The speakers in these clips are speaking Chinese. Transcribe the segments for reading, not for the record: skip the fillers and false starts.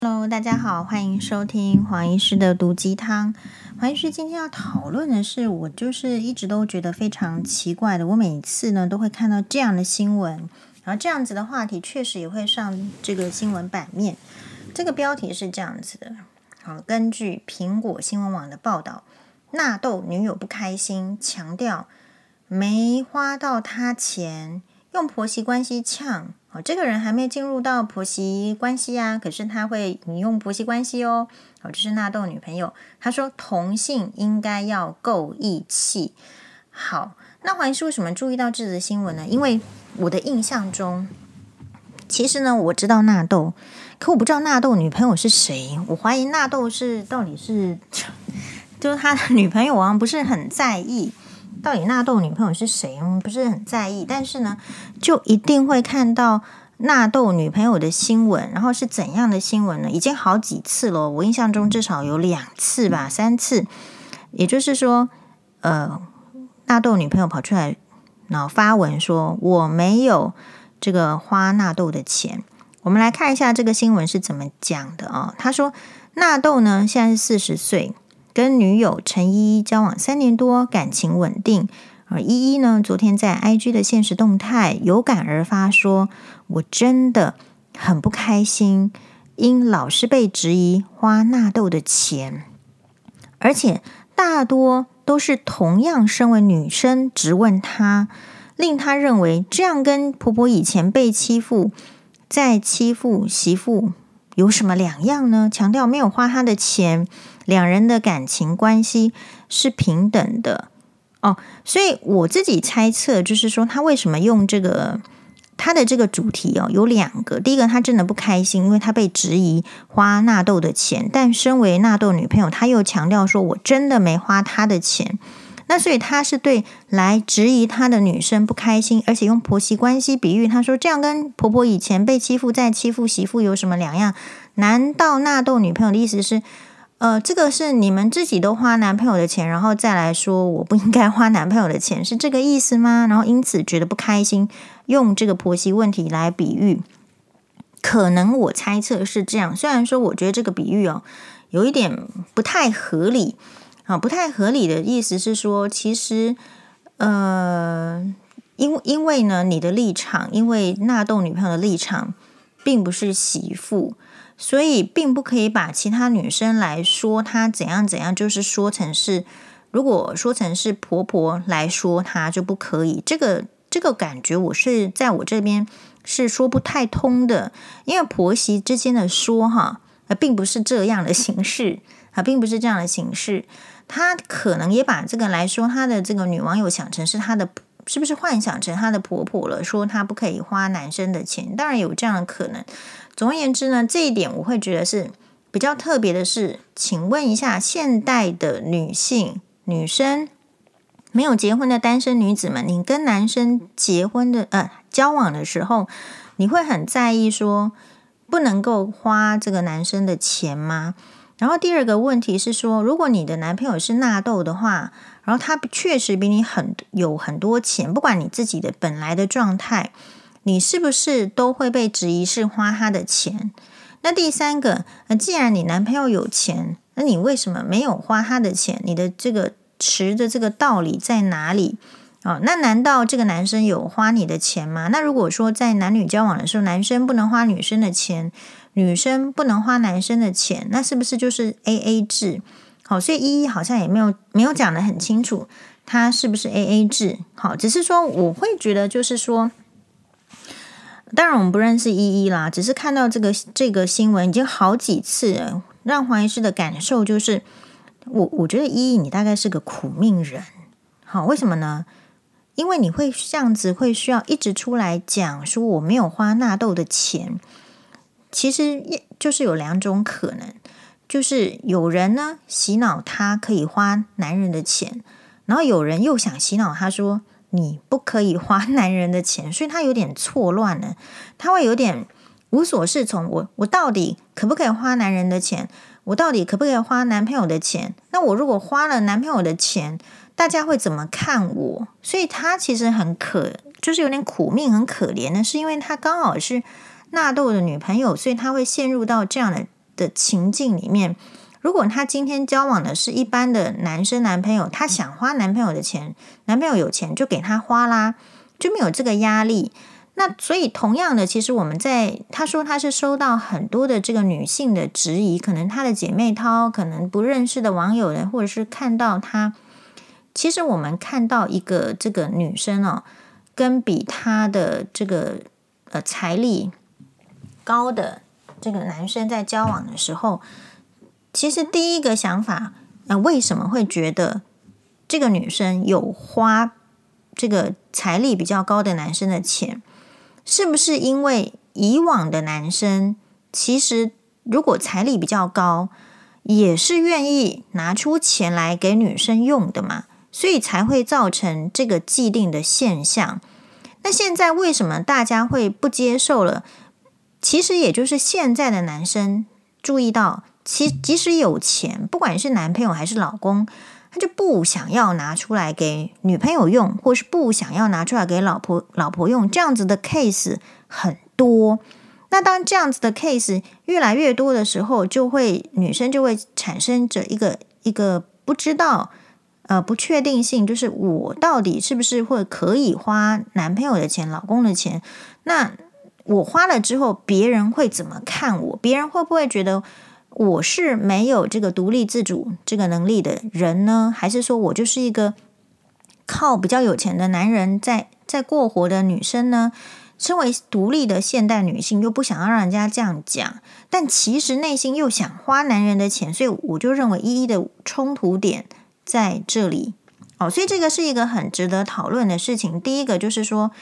Hello，大家好，欢迎收听黄医师的毒鸡汤。黄医师今天要讨论的是，我就是一直都觉得非常奇怪的，我每次呢都会看到这样的新闻，然后这样子的话题确实也会上这个新闻版面。这个标题是这样子的，好，根据苹果新闻网的报道，纳豆女友不开心，强调没花到她钱，用婆媳关系呛。这个人还没进入到婆媳关系啊，可是他会引用婆媳关系哦。这是纳豆女朋友，他说同性应该要够义气。好，那黄医师为什么注意到这则新闻呢？因为我的印象中，其实呢我知道纳豆，可我不知道纳豆女朋友是谁。我怀疑纳豆到底是就是他的女朋友，我好像不是很在意。到底纳豆女朋友是谁？我们不是很在意，但是呢，就一定会看到纳豆女朋友的新闻，然后是怎样的新闻呢？已经好几次了，我印象中至少有2次吧，3次。也就是说，纳豆女朋友跑出来，然后发文说我没有这个花纳豆的钱。我们来看一下这个新闻是怎么讲的啊？他说纳豆呢现在是40岁。跟女友陈依依交往3年多，感情稳定。而依依呢，昨天在 IG 的限时动态有感而发说，我真的很不开心，因老是被质疑花纳豆的钱，而且大多都是同样身为女生质问她，令她认为这样跟婆婆以前被欺负，再欺负媳妇有什么两样呢？强调没有花她的钱，两人的感情关系是平等的哦。所以我自己猜测，就是说他为什么用他的这个主题哦，有2个。第一个，他真的不开心，因为他被质疑花纳豆的钱，但身为纳豆女朋友，他又强调说我真的没花他的钱。那所以他是对来质疑他的女生不开心，而且用婆媳关系比喻，他说这样跟婆婆以前被欺负再欺负媳妇有什么两样？难道纳豆女朋友的意思是这个是你们自己都花男朋友的钱，然后再来说我不应该花男朋友的钱，是这个意思吗？然后因此觉得不开心，用这个婆媳问题来比喻，可能我猜测是这样。虽然说我觉得这个比喻有一点不太合理。不太合理的意思是说，其实因为呢你的立场，因为纳豆女朋友的立场并不是媳妇，所以并不可以把其他女生来说她怎样怎样，就是说成是，如果说成是婆婆来说她就不可以。这个感觉我是在我这边是说不太通的，因为婆媳之间的说并不是这样的形式并不是这样的形式。他可能也把这个来说，他的这个女网友想成是他的，是不是幻想成他的婆婆了？说他不可以花男生的钱，当然有这样的可能。总而言之呢，这一点我会觉得是比较特别的是，请问一下，现代的女生没有结婚的单身女子们，你跟男生结婚的交往的时候，你会很在意说不能够花这个男生的钱吗？然后第二个问题是说，如果你的男朋友是纳豆的话，然后他确实比你有很多钱，不管你自己的本来的状态，你是不是都会被质疑是花他的钱？那第三个，既然你男朋友有钱，那你为什么没有花他的钱？你的这个持的这个道理在哪里？那难道这个男生有花你的钱吗？那如果说在男女交往的时候，男生不能花女生的钱，女生不能花男生的钱，那是不是就是 AA 制？好，所以依依好像也没有讲得很清楚，他是不是 AA 制？好，只是说我会觉得就是说，当然我们不认识依依啦，只是看到这个新闻已经好几次了，让黄医师的感受就是，我觉得依依你大概是个苦命人。好，为什么呢？因为你会这样子，会需要一直出来讲说我没有花纳豆的钱，其实就是有2种可能，就是有人呢洗脑他可以花男人的钱，然后有人又想洗脑他说你不可以花男人的钱，所以他有点错乱了，他会有点无所适从。我到底可不可以花男人的钱？我到底可不可以花男朋友的钱？那我如果花了男朋友的钱，大家会怎么看我？所以他其实就是有点苦命，很可怜的是因为他刚好是纳豆的女朋友，所以他会陷入到这样的的情境里面，如果他今天交往的是一般的男朋友，他想花男朋友的钱，男朋友有钱就给他花啦，就没有这个压力。那所以同样的，其实我们他说他是收到很多的这个女性的质疑，可能他的姐妹淘，可能不认识的网友人，或者是看到他，其实我们看到一个这个女生哦，跟比他的这个财力高的这个男生在交往的时候，其实第一个想法，为什么会觉得这个女生有花这个财力比较高的男生的钱？是不是因为以往的男生其实如果财力比较高，也是愿意拿出钱来给女生用的嘛？所以才会造成这个既定的现象。那现在为什么大家会不接受了？其实也就是现在的男生注意到，即使有钱，不管是男朋友还是老公，他就不想要拿出来给女朋友用，或是不想要拿出来给老婆用，这样子的 case 很多。那当这样子的 case 越来越多的时候，女生就会产生着一个不知道不确定性，就是我到底是不是会可以花男朋友的钱、老公的钱？那我花了之后，别人会怎么看我？别人会不会觉得我是没有这个独立自主这个能力的人呢？还是说我就是一个靠比较有钱的男人在过活的女生呢？身为独立的现代女性，又不想要让人家这样讲，但其实内心又想花男人的钱，所以我就认为一的冲突点在这里。所以这个是一个很值得讨论的事情。第一个就是说，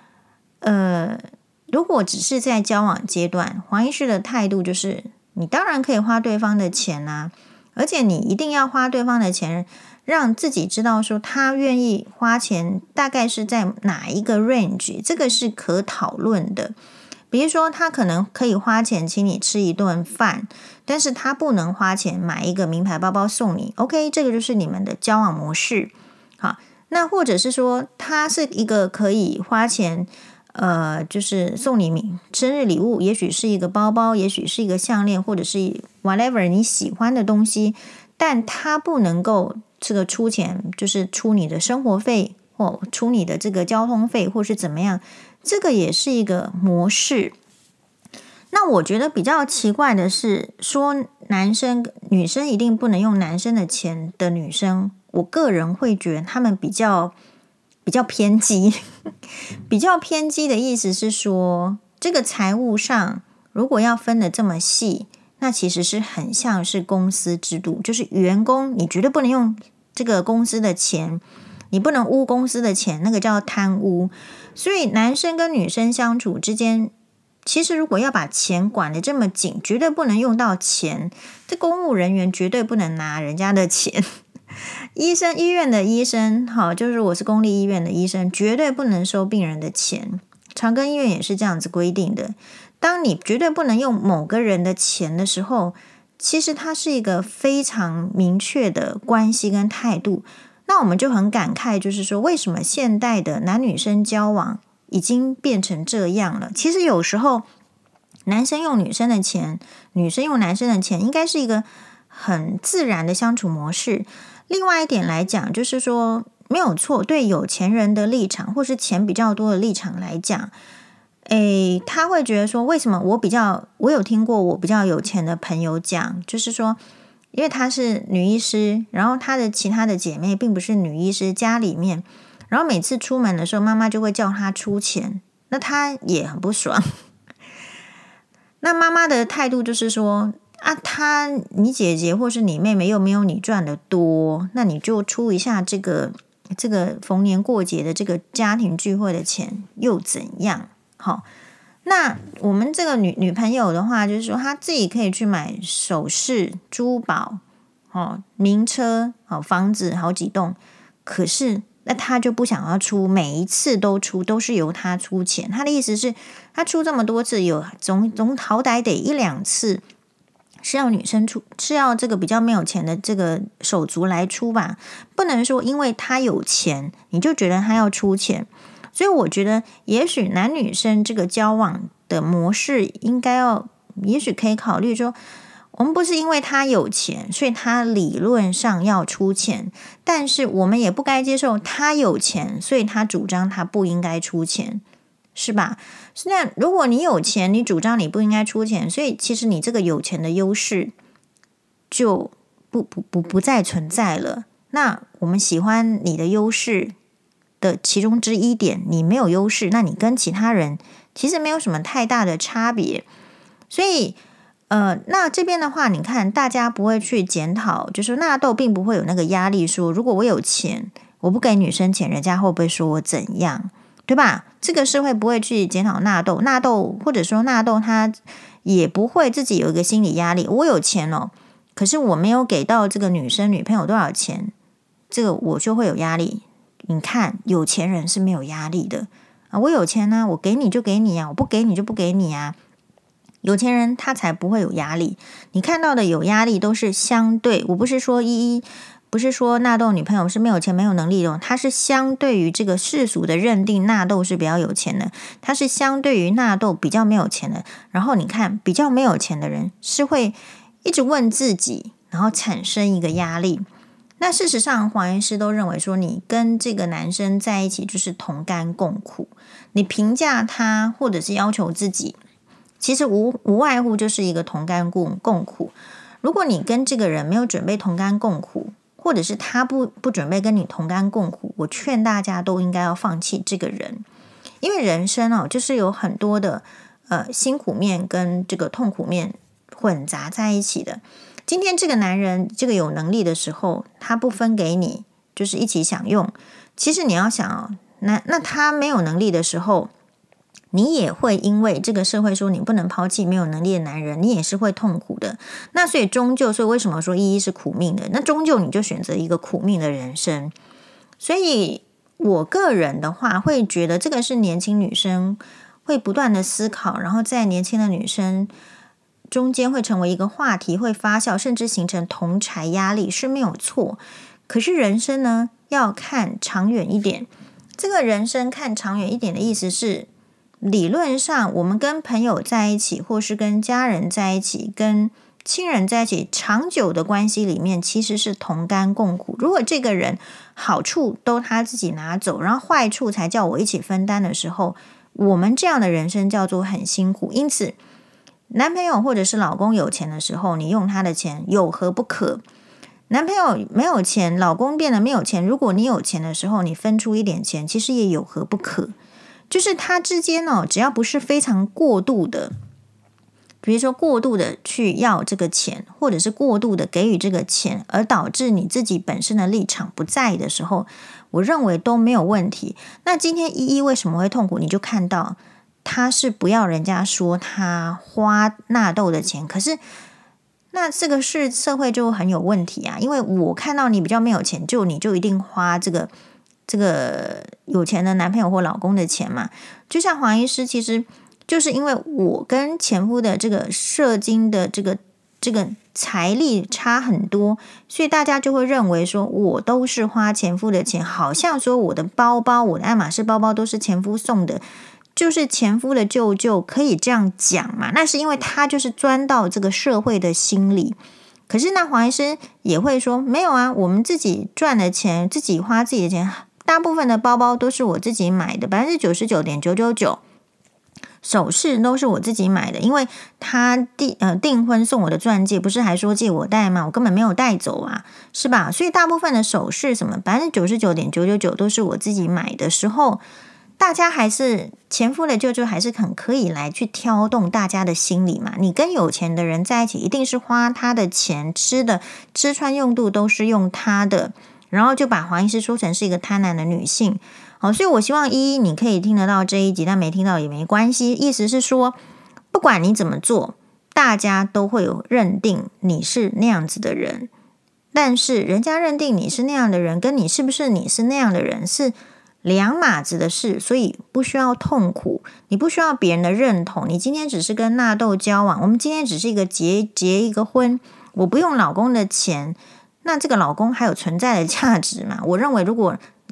如果只是在交往阶段，黄医师的态度就是，你当然可以花对方的钱啊，而且你一定要花对方的钱，让自己知道说他愿意花钱大概是在哪一个 range， 这个是可讨论的。比如说他可能可以花钱请你吃一顿饭，但是他不能花钱买一个名牌包包送你， OK， 这个就是你们的交往模式。好，那或者是说他是一个可以花钱就是送你生日礼物，也许是一个包包，也许是一个项链，或者是 whatever 你喜欢的东西，但他不能够这个出钱，就是出你的生活费或出你的这个交通费，或是怎么样，这个也是一个模式。那我觉得比较奇怪的是，说女生一定不能用男生的钱的女生，我个人会觉得他们比较偏激。比较偏激的意思是说，这个财务上如果要分得这么细，那其实是很像是公司制度，就是员工你绝对不能用这个公司的钱，你不能污公司的钱，那个叫贪污。所以男生跟女生相处之间，其实如果要把钱管得这么紧，绝对不能用到钱，这公务人员绝对不能拿人家的钱。医院的医生，好，就是我是公立医院的医生，绝对不能收病人的钱。长庚医院也是这样子规定的。当你绝对不能用某个人的钱的时候，其实它是一个非常明确的关系跟态度。那我们就很感慨，就是说为什么现代的男女生交往已经变成这样了？其实有时候男生用女生的钱，女生用男生的钱，应该是一个很自然的相处模式。另外一点来讲，就是说没有错，对有钱人的立场或是钱比较多的立场来讲，他会觉得说，为什么我有听过我比较有钱的朋友讲，就是说因为她是女医师，然后她的其他的姐妹并不是女医师，家里面，然后每次出门的时候妈妈就会叫她出钱，那她也很不爽。那妈妈的态度就是说你姐姐或是你妹妹又没有你赚的多，那你就出一下这个逢年过节的这个家庭聚会的钱又怎样？好，那我们这个女朋友的话，就是说她自己可以去买首饰、珠宝、名车、房子好几栋，可是那她就不想要出，每一次都是由她出钱。她的意思是，她出这么多次，总好歹得一两次是要女生出，是要这个比较没有钱的这个手足来出吧，不能说因为他有钱你就觉得他要出钱。所以我觉得也许男女生这个交往的模式也许可以考虑说， 我们不是因为他有钱，所以他理论上要出钱，但是我们也不该接受他有钱，所以他主张他不应该出钱，是吧？那如果你有钱，你主张你不应该出钱，所以其实你这个有钱的优势就不再存在了。那我们喜欢你的优势的其中之一点，你没有优势，那你跟其他人其实没有什么太大的差别。所以那这边的话，你看大家不会去检讨，就是纳豆并不会有那个压力说，如果我有钱，我不给女生钱，人家会不会说我怎样，对吧？这个社会不会去检讨纳豆，或者说纳豆他也不会自己有一个心理压力，我有钱哦，可是我没有给到这个女生女朋友多少钱，这个我就会有压力。你看有钱人是没有压力的啊，我有钱啊，我给你就给你啊，我不给你就不给你啊。有钱人他才不会有压力，你看到的有压力都是相对，我不是说不是说纳豆女朋友是没有钱没有能力的，他是相对于这个世俗的认定纳豆是比较有钱的，他是相对于纳豆比较没有钱的。然后你看比较没有钱的人是会一直问自己，然后产生一个压力。那事实上黄医师都认为说，你跟这个男生在一起就是同甘共苦，你评价他或者是要求自己，其实无外乎就是一个同甘共苦。如果你跟这个人没有准备同甘共苦，或者是他不准备跟你同甘共苦，我劝大家都应该要放弃这个人。因为人生就是有很多的辛苦面跟这个痛苦面混杂在一起的。今天这个男人这个有能力的时候，他不分给你，就是一起享用。其实你要想那他没有能力的时候，你也会因为这个社会说你不能抛弃没有能力的男人，你也是会痛苦的。那所以为什么说依依是苦命的？那终究你就选择一个苦命的人生。所以我个人的话会觉得这个是年轻女生会不断的思考，然后在年轻的女生中间会成为一个话题，会发酵，甚至形成同侪压力是没有错。可是人生呢，要看长远一点。这个人生看长远一点的意思是，理论上我们跟朋友在一起，或是跟家人在一起，跟亲人在一起，长久的关系里面其实是同甘共苦。如果这个人好处都他自己拿走，然后坏处才叫我一起分担的时候，我们这样的人生叫做很辛苦。因此男朋友或者是老公有钱的时候，你用他的钱有何不可？男朋友没有钱，老公变得没有钱，如果你有钱的时候，你分出一点钱，其实也有何不可？就是他之间只要不是非常过度的，比如说过度的去要这个钱，或者是过度的给予这个钱，而导致你自己本身的立场不在的时候，我认为都没有问题。那今天依依为什么会痛苦？你就看到他是不要人家说他花纳豆的钱，可是那这个是社会就很有问题啊。因为我看到你比较没有钱，你就一定花这个有钱的男朋友或老公的钱嘛。就像黄医师，其实就是因为我跟前夫的这个社经的这个财力差很多，所以大家就会认为说我都是花前夫的钱，好像说我的包包，我的爱马仕包包都是前夫送的，就是前夫的舅舅，可以这样讲嘛？那是因为他就是钻到这个社会的心理。可是那黄医师也会说，没有啊，我们自己赚的钱，自己花自己的钱，大部分的包包都是我自己买的，99.999%首饰都是我自己买的。因为他订婚送我的钻戒，不是还说借我戴吗？我根本没有带走啊，是吧？所以大部分的首饰什么99.999%都是我自己买的时候，大家还是前夫的舅舅还是很可以来去挑动大家的心理嘛。你跟有钱的人在一起，一定是花他的钱，吃穿用度都是用他的，然后就把黄医师说成是一个贪婪的女性。好，所以我希望依依你可以听得到这一集，但没听到也没关系。意思是说，不管你怎么做，大家都会有认定你是那样子的人，但是人家认定你是那样的人，跟你是不是你是那样的人是两码子的事，所以不需要痛苦，你不需要别人的认同。你今天只是跟纳豆交往，我们今天只是一个结一个婚，我不用老公的钱，那这个老公还有存在的价值吗？我认为如果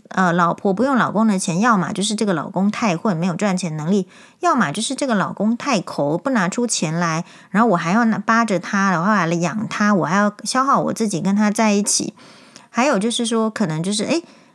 老婆不用老公的钱，要么就是这个老公太混没有赚钱能力，要么就是这个老公太抠不拿出钱来，然后我还要扒着他，然后来养他，我还要消耗我自己跟他在一起。还有就是说可能就是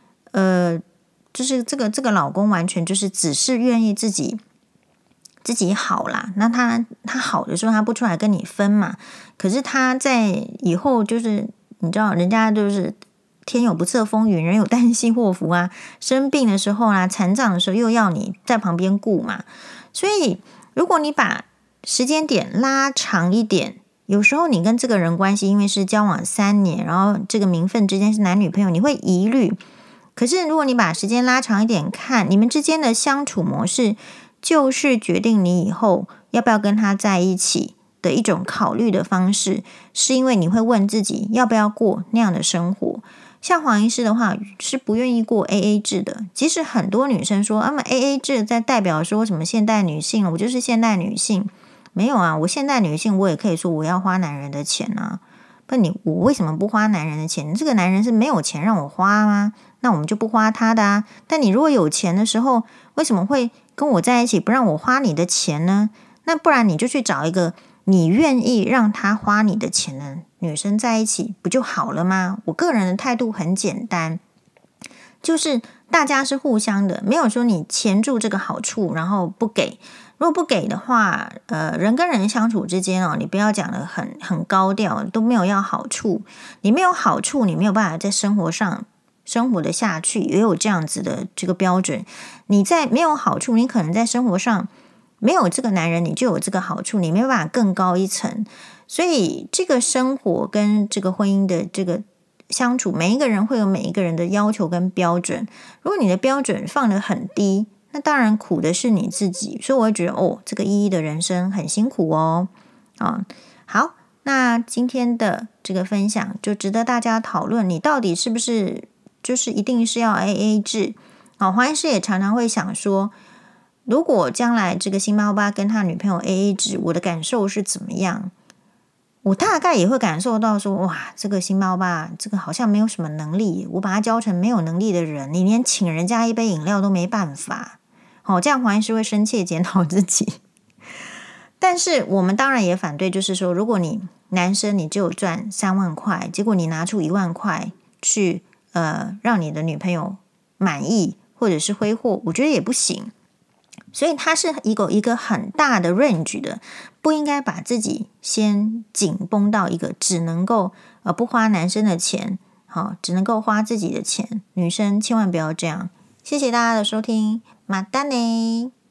就是这个老公完全就是只是愿意自己好啦，那他好的时候他不出来跟你分嘛，可是他在以后就是你知道人家就是天有不测风云，人有旦夕祸福啊，生病的时候啊，残障的时候又要你在旁边顾嘛，所以如果你把时间点拉长一点，有时候你跟这个人关系因为是交往3年，然后这个名分之间是男女朋友，你会疑虑，可是如果你把时间拉长一点看，你们之间的相处模式就是决定你以后要不要跟他在一起的一种考虑的方式，是因为你会问自己要不要过那样的生活。像黄医师的话是不愿意过 AA 制的，即使很多女生说AA 制在代表说什么现代女性，我就是现代女性，没有啊，我现代女性我也可以说我要花男人的钱啊，我为什么不花男人的钱？这个男人是没有钱让我花吗？那我们就不花他的啊。但你如果有钱的时候，为什么会跟我在一起不让我花你的钱呢？那不然你就去找一个你愿意让他花你的钱的女生在一起不就好了吗？我个人的态度很简单，就是大家是互相的，没有说你钳住这个好处然后不给。如果不给的话，人跟人相处之间你不要讲得很高调，都没有要好处，你没有好处，你没有办法在生活上生活的下去，也有这样子的这个标准。你在没有好处，你可能在生活上没有这个男人，你就有这个好处，你没有办法更高一层。所以这个生活跟这个婚姻的这个相处，每一个人会有每一个人的要求跟标准。如果你的标准放得很低，那当然苦的是你自己。所以我会觉得这个依依的人生很辛苦哦。好，那今天的这个分享就值得大家讨论，你到底是不是就是一定是要 AA 制？黄医师也常常会想说，如果将来这个辛巴巴跟他女朋友 AA 制，我的感受是怎么样？我大概也会感受到说，哇，这个辛巴巴这个好像没有什么能力，我把他教成没有能力的人，你连请人家一杯饮料都没办法。这样黄医师会深切检讨自己。但是我们当然也反对，就是说如果你男生你只有赚3万块，结果你拿出1万块去让你的女朋友满意或者是挥霍，我觉得也不行。所以它是一个很大的 range 的，不应该把自己先紧绷到一个只能够不花男生的钱，只能够花自己的钱。女生千万不要这样。谢谢大家的收听，马丹呢。